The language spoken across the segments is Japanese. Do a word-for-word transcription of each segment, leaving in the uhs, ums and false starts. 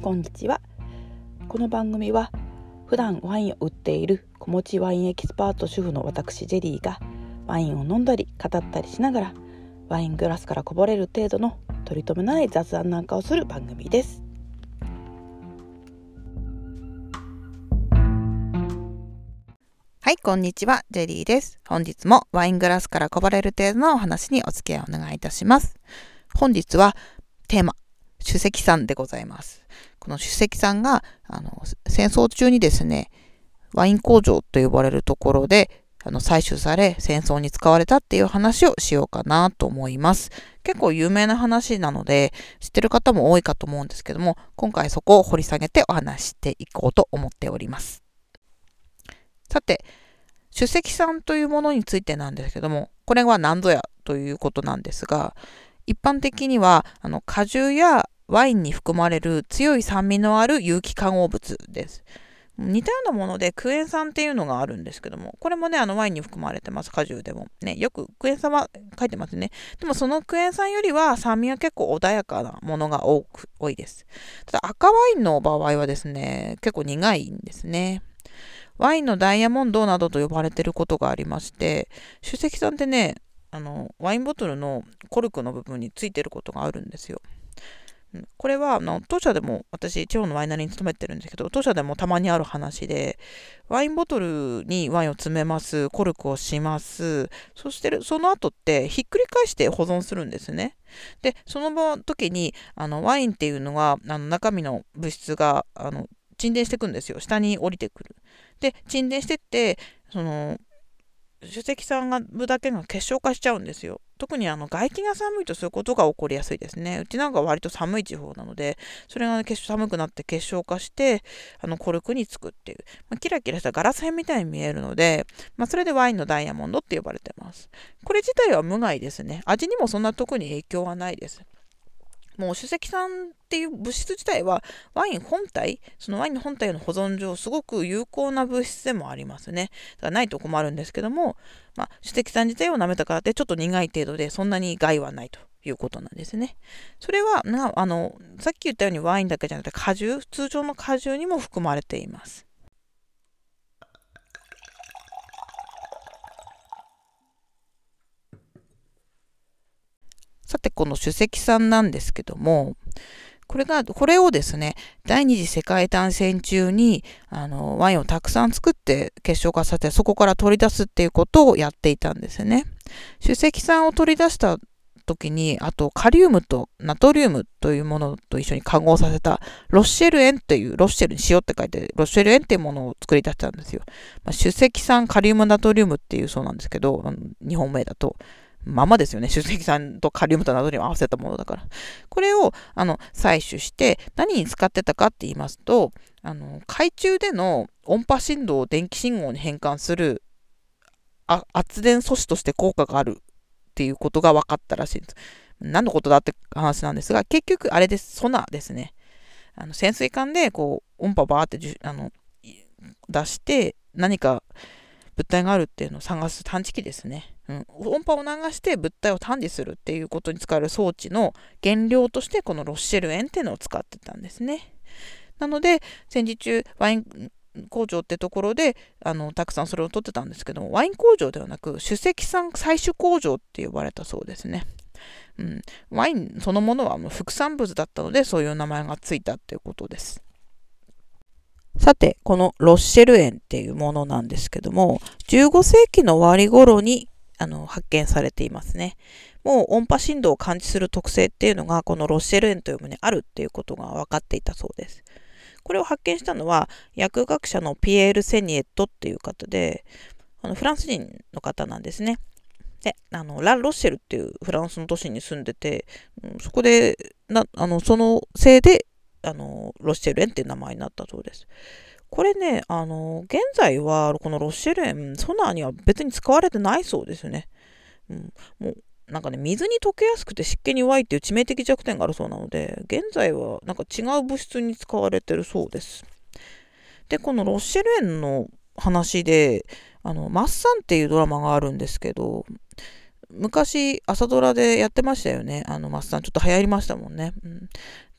こんにちは。この番組は普段ワインを売っている子持ちワインエキスパート主婦の私ジェリーがワインを飲んだり語ったりしながらワイングラスからこぼれる程度の取り留めのない雑談なんかをする番組です。 はい、こんにちは、ジェリーです。本日もワイングラスからこぼれる程度のお話にお付き合いをお願いいたします。本日はテーマ、酒石酸でございます。この酒石酸があの戦争中にですね、ワイン工場と呼ばれるところであの採取され戦争に使われたっていう話をしようかなと思います。結構有名な話なので知ってる方も多いかと思うんですけども、今回そこを掘り下げてお話していこうと思っております。さて、酒石酸というものについてなんですけども、これは何ぞやということなんですが、一般的にはあの果汁やワインに含まれる強い酸味のある有機化合物です。似たようなものでクエン酸っていうのがあるんですけども、これもね、あのワインに含まれてます。果汁でもね、よくクエン酸は書いてますね。でもそのクエン酸よりは酸味は結構穏やかなものが多く多いです。ただ赤ワインの場合はですね、結構苦いんですね。ワインのダイヤモンドなどと呼ばれていることがありまして、酒石酸ってね、あのワインボトルのコルクの部分についていることがあるんですよ。これはあの当社でも、私地方のワイナリーに勤めてるんですけど、当社でもたまにある話で、ワインボトルにワインを詰めます、コルクをします、そしてその後ってひっくり返して保存するんですね。でその時にあのワインっていうのはあの中身の物質があの沈殿していくんですよ。下に降りてくる。で沈殿してってその酒石酸が部だけが結晶化しちゃうんですよ。特にあの外気が寒いとそういうことが起こりやすいですね。うちなんかは割と寒い地方なので、それが結晶寒くなって結晶化してあのコルクにつくっていう、まあ、キラキラしたガラス片みたいに見えるので、まあ、それでワインのダイヤモンドって呼ばれてます。これ自体は無害ですね。味にもそんな特に影響はないです。もう酒石酸っていう物質自体はワイン本体、そのワインの本体の保存上すごく有効な物質でもありますね。だからないと困るんですけども、まあ、酒石酸自体を舐めたからってちょっと苦い程度でそんなに害はないということなんですね。それはなあのさっき言ったようにワインだけじゃなくて果汁、通常の果汁にも含まれています。さて、この酒石酸なんですけども、これが、これをですね、第二次世界大戦中に、あの、ワインをたくさん作って結晶化させて、そこから取り出すっていうことをやっていたんですね。酒石酸を取り出した時に、あと、カリウムとナトリウムというものと一緒に化合させた、ロッシェル塩っていう、ロッシェルに塩って書いて、ロッシェル塩っていうものを作り出したんですよ。まあ、酒石酸、カリウム、ナトリウムっていうそうなんですけど、日本名だと。ままですよね。酒石酸とカリウムとナトリウムを合わせたものだから。これをあの採取して何に使ってたかって言いますと、あの海中での音波振動を電気信号に変換するあ圧電素子として効果があるっていうことが分かったらしいんです。何のことだって話なんですが、結局あれです。ソナーですね。あの潜水艦でこう音波バーってあの出して何か物体があるっていうのを探す探知機ですね、うん、音波を流して物体を探知するっていうことに使える装置の原料としてこのロッシェル塩っていうのを使ってたんですね。なので戦時中ワイン工場ってところであのたくさんそれを取ってたんですけども、ワイン工場ではなく酒石酸採取工場って呼ばれたそうですね。うん、ワインそのものはもう副産物だったのでそういう名前がついたっていうことです。さて、このロッシェル塩っていうものなんですけども、じゅうごせいきの終わり頃にあの発見されていますね。もう音波振動を感知する特性っていうのがこのロッシェル塩というものにあるっていうことが分かっていたそうです。これを発見したのは薬学者のピエール・セニエットっていう方で、あのフランス人の方なんですね。で、あのラ・ロッシェルっていうフランスの都市に住んでて、うん、そこでなあのそのせいであのロッシェル塩っていう名前になったそうです。これね、あの現在はこのロッシェル塩ソナーには別に使われてないそうですね。うん、もうなんかね、水に溶けやすくて湿気に弱いっていう致命的弱点があるそうなので、現在はなんか違う物質に使われてるそうです。で、このロッシェル塩の話で、あのマッサンっていうドラマがあるんですけど、昔朝ドラでやってましたよね。あのマッサンちょっと流行りましたもんね。うん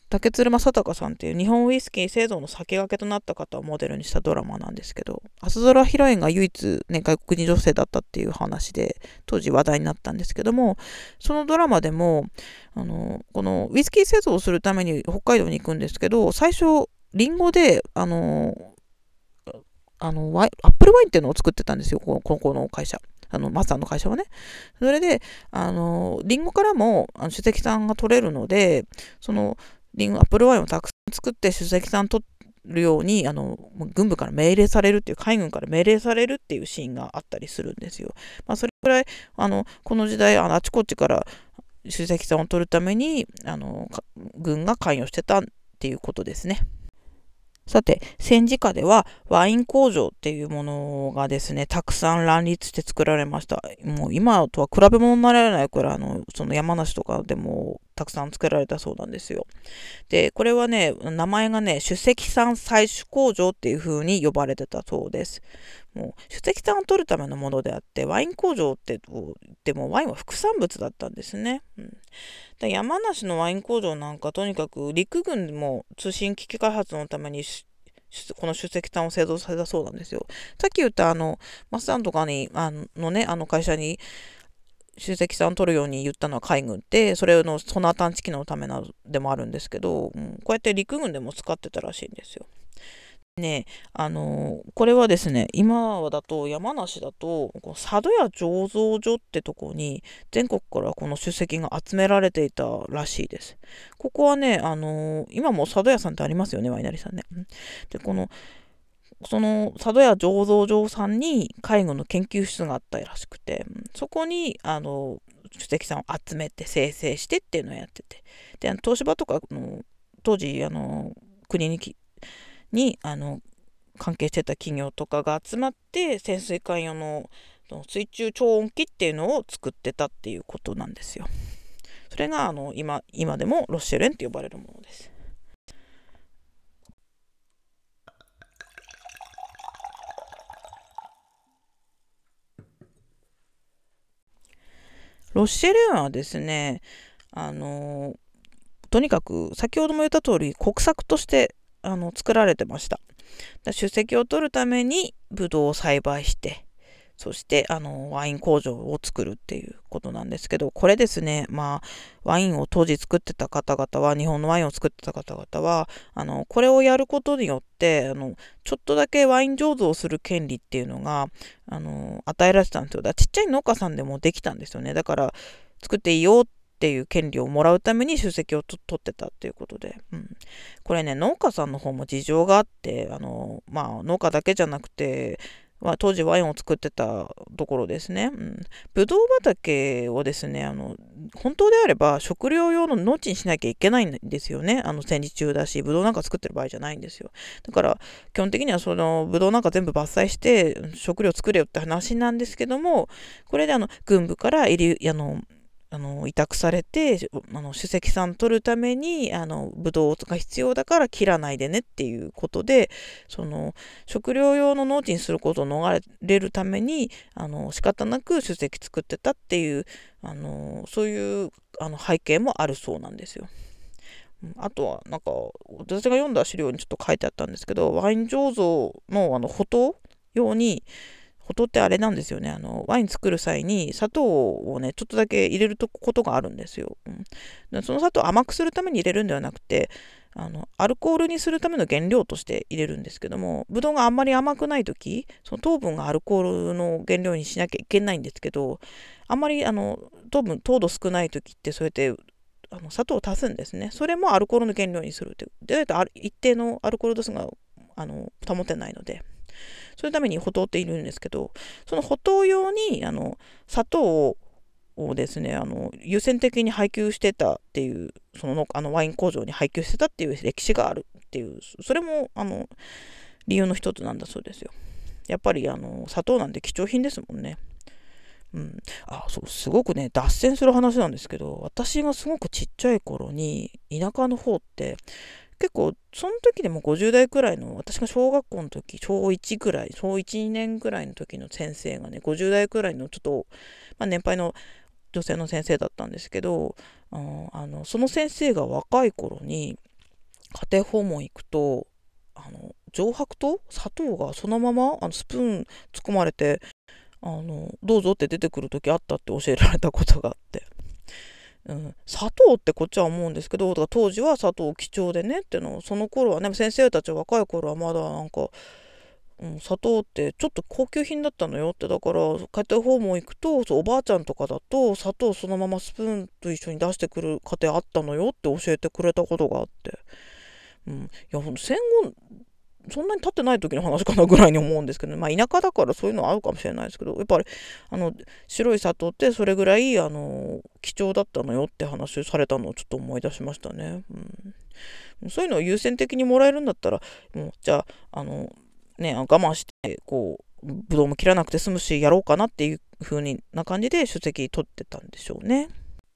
竹鶴正隆さんっていう日本ウイスキー製造の先駆けとなった方をモデルにしたドラマなんですけど、朝ドラヒロインが唯一、ね、外国人女性だったっていう話で当時話題になったんですけども、そのドラマでもあのこのウイスキー製造をするために北海道に行くんですけど、最初リンゴであのあのワイアップルワインっていうのを作ってたんですよ、このここの会社。あのマスターの会社はね。それであのリンゴからもあの酒石酸が取れるので、そのリンゴアップルワインをたくさん作って酒石酸取るようにあの軍部から命令されるっていう、海軍から命令されるっていうシーンがあったりするんですよ。まあ、それくらいあのこの時代あのあちこちから酒石酸を取るためにあの軍が関与してたっていうことですね。さて、戦時下ではワイン工場っていうものがですね、たくさん乱立して作られました。もう今とは比べ物にならないくらい、あの、その山梨とかでもたくさん作られたそうなんですよ。で、これはね、名前がね、酒石酸採取工場っていう風に呼ばれてたそうです。もう酒石酸を取るためのものであって、ワイン工場って言ってもワインは副産物だったんですね。うん、で山梨のワイン工場なんかとにかく陸軍も通信機器開発のためにこの酒石酸を製造されたそうなんですよ。さっき言ったあのマスターとかにあのねあの会社に酒石酸取るように言ったのは海軍で、それのソナー探知機能のためなでもあるんですけど、うん、こうやって陸軍でも使ってたらしいんですよ。ね、あのーこれはですね、今だと山梨だとこう佐渡屋醸造所ってとこに全国からこの酒石が集められていたらしいです。ここはね、あのー今も佐渡屋さんってありますよね、ワイナリーさんね。で、このその佐渡屋醸造所さんに海軍の研究室があったらしくて、そこにあの酒石酸を集めて生成してっていうのをやってて、で東芝とかの当時あの国ににあの関係してた企業とかが集まって潜水艦用の水中超音機っていうのを作ってたっていうことなんですよ。それがあの 今, 今でもロッシェレンって呼ばれるものです。ロッシェレンはですね、あのとにかく先ほども言った通り国策としてあの作られてました。酒石を取るためにブドウを栽培して、そしてあのワイン工場を作るっていうことなんですけど、これですね、まあワインを当時作ってた方々は、日本のワインを作ってた方々はあのこれをやることによってあのちょっとだけワイン醸造する権利っていうのがあの与えられてたんですよ。だからちっちゃい農家さんでもできたんですよね。だから作っていいよっていう権利をもらうために酒石を取ってたっていうことで、うん、これね農家さんの方も事情があって、あのまあ農家だけじゃなくてまあ、当時ワインを作ってたところですね。うん。ブドウ畑をですね、あの、本当であれば食料用の農地にしなきゃいけないんですよね。あの、戦時中だし、ブドウなんか作ってる場合じゃないんですよ。だから、基本的にはその、ブドウなんか全部伐採して食料作れよって話なんですけども、これであの、軍部から入り、あの、あの委託されてあの酒石酸取るためにあのブドウが必要だから切らないでねっていうことで、その食料用の農地にすることを逃れるためにあの仕方なく酒石作ってたっていうあのそういうあの背景もあるそうなんですよ。あとはなんか私が読んだ資料にちょっと書いてあったんですけど、ワイン醸造のあの補糖用にほとってあれなんですよね。あの、ワイン作る際に砂糖をね、ちょっとだけ入れることがあるんですよ。うん、その砂糖を甘くするために入れるんではなくて、あの、アルコールにするための原料として入れるんですけども、ブドウがあんまり甘くないとき、その糖分がアルコールの原料にしなきゃいけないんですけど、あんまりあの糖分、糖度少ないときって、そうやってあの砂糖を足すんですね。それもアルコールの原料にするという。で、一定のアルコール度数があの保てないので。そのために補糖っているんですけど、その補糖用にあの砂糖をですねあの優先的に配給してたっていう、そのあのワイン工場に配給してたっていう歴史があるっていう、それもあの理由の一つなんだそうですよ。やっぱりあの砂糖なんて貴重品ですもんね。うん、あそうすごくね脱線する話なんですけど、私がすごくちっちゃい頃に田舎の方って結構その時でもごじゅう代くらいの、私が小学校の時ちょういちくらいちょういちにねんくらいの時の先生がねごじゅう代くらいのちょっと、まあ、年配の女性の先生だったんですけど、ああのその先生が若い頃に家庭訪問行くとあの上白糖砂糖がそのままあのスプーン突っ込まれてあのどうぞって出てくる時あったって教えられたことがあって、うん、砂糖ってこっちは思うんですけど、だから当時は砂糖貴重でねっての、その頃はね、先生たちは若い頃はまだなんか、うん、砂糖ってちょっと高級品だったのよって。だから家庭訪問行くとそうおばあちゃんとかだと砂糖そのままスプーンと一緒に出してくる家庭あったのよって教えてくれたことがあって、うん、いやほんと戦後そんなに経ってない時の話かなぐらいに思うんですけど、ね、まあ田舎だからそういうのはあるかもしれないですけど、やっぱりあの白い砂糖ってそれぐらいあの貴重だったのよって話されたのをちょっと思い出しましたね、うん、そういうのを優先的にもらえるんだったらもうじゃああのね我慢してこうぶどうも切らなくて済むしやろうかなっていう風な感じで出席取ってたんでしょうね。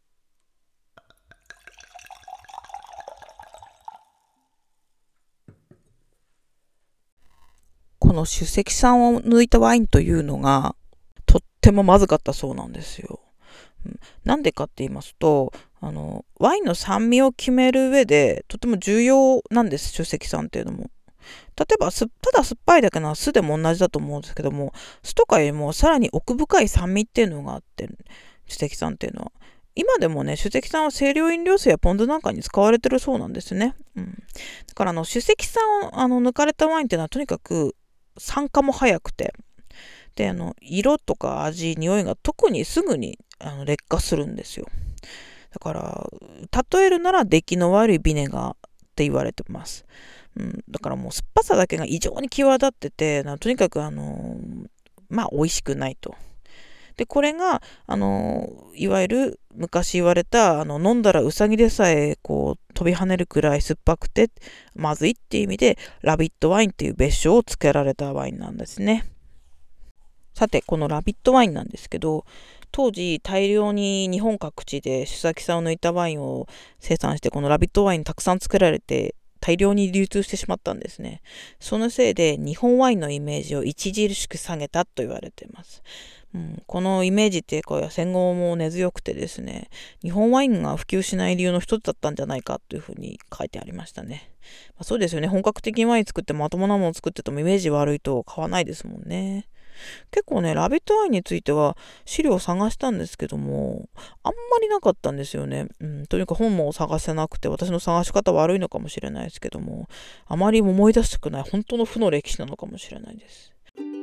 この出席酸を抜いたワインというのがとってもまずかったそうなんですよ。なんでかって言いますと、あのワインの酸味を決める上でとても重要なんです、出席酸っていうのも。例えばただ酸っぱいだけの酢でも同じだと思うんですけども、酢とかよりもさらに奥深い酸味っていうのがあって、出席酸っていうのは今でもね、酒石酸は清涼飲料水やポン酢なんかに使われてるそうなんですね。うん、だからあの酒石酸をあの抜かれたワインっていうのはとにかく酸化も早くて、であの色とか味、匂いが特にすぐにあの劣化するんですよ。だから例えるなら出来の悪いビネガーって言われてます。うん、だからもう酸っぱさだけが異常に際立ってて、とにかくあのまあ美味しくないと。でこれがあのいわゆる昔言われたあの飲んだらウサギでさえこう飛び跳ねるくらい酸っぱくてまずいっていう意味でラビットワインっていう別称をつけられたワインなんですね。さてこのラビットワインなんですけど、当時大量に日本各地で酒先さんを抜いたワインを生産して、このラビットワインたくさん作られて大量に流通してしまったんですね。そのせいで日本ワインのイメージを著しく下げたと言われています。うん、このイメージ低下は戦後も根強くてですね、日本ワインが普及しない理由の一つだったんじゃないかというふうに書いてありましたね。まあ、そうですよね。本格的にワイン作ってまともなものを作っててもイメージ悪いと買わないですもんね。結構ね、ラビットワインについては資料を探したんですけども、あんまりなかったんですよね。うん、とにかく本も探せなくて、私の探し方悪いのかもしれないですけども、あまり思い出したくない本当の負の歴史なのかもしれないです。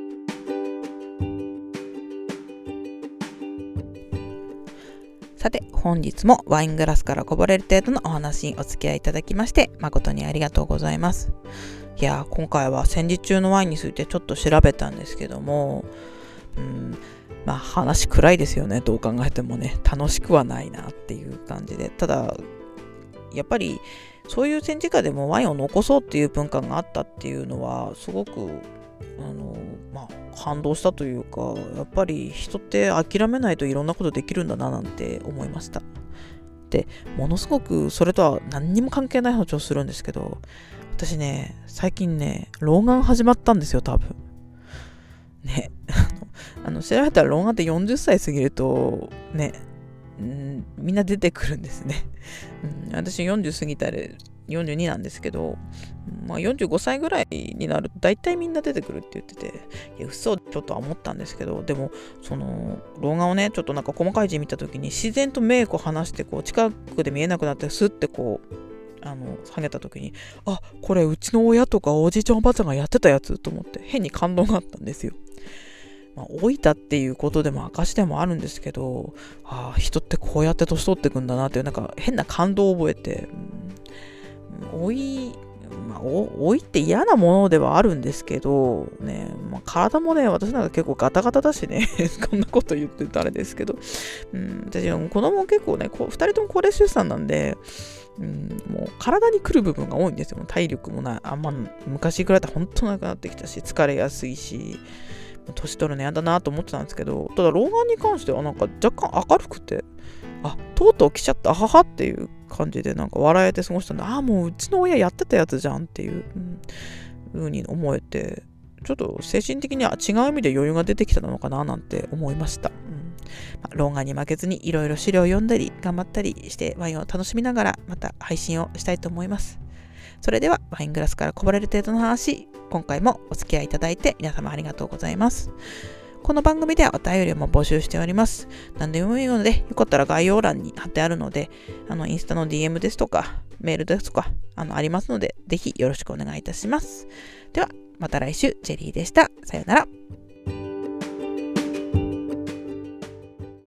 さて本日もワイングラスからこぼれる程度のお話にお付き合いいただきまして誠にありがとうございます。いや今回は戦時中のワインについてちょっと調べたんですけども、うんまあ話暗いですよね。どう考えてもね、楽しくはないなっていう感じで、ただやっぱりそういう戦時下でもワインを残そうっていう文化があったっていうのはすごくあのまあ感動したというか、やっぱり人って諦めないといろんなことできるんだななんて思いました。でものすごくそれとは何にも関係ない話をするんですけど、私ね最近ね老眼始まったんですよ多分ねあの調べたら老眼ってよんじゅっさい過ぎるとねんみんな出てくるんですね、うん、私よんじゅう過ぎたらよんじゅうになんですけど、まあ、よんじゅうごさいぐらいになると大体みんな出てくるって言ってて、いや嘘ちょっとは思ったんですけど、でもその老眼をねちょっとなんか細かい字見た時に自然と目を離してこう近くで見えなくなってスッてこうあの下げた時に、あこれうちの親とかおじいちゃんおばあちゃんがやってたやつと思って変に感動があったんですよ。まあ、老いたっていうことでも証でもあるんですけど、あ人ってこうやって年取ってくんだなっていうなんか変な感動を覚えて、うん、老いまあ、老いって嫌なものではあるんですけどね、まあ、体もね私なんか結構ガタガタだしねこんなこと言ってたあれですけど、うん、私子供結構ねふたりとも高齢出産なんで、うん、もう体に来る部分が多いんですよ。体力もないあんま昔に比べたら本当なくなってきたし疲れやすいし年取るの嫌だなと思ってたんですけど、ただ老眼に関してはなんか若干明るくて、あとうとう来ちゃったあははっていう感じでなんか笑えて過ごしたんで、ああもううちの親やってたやつじゃんっていう、うん、風に思えて、ちょっと精神的には違う意味で余裕が出てきたのかななんて思いました。うんまあ、老眼に負けずにいろいろ資料を読んだり頑張ったりしてワインを楽しみながらまた配信をしたいと思います。 それではワイングラスからこぼれる程度の話、今回もお付き合いいただいて皆様ありがとうございます。この番組ではお便りも募集しております。何でもいいので、よかったら概要欄に貼ってあるので、あのインスタの ディーエム ですとか、メールですとか、あのありますので、ぜひよろしくお願いいたします。では、また来週、ジェリーでした。さようなら。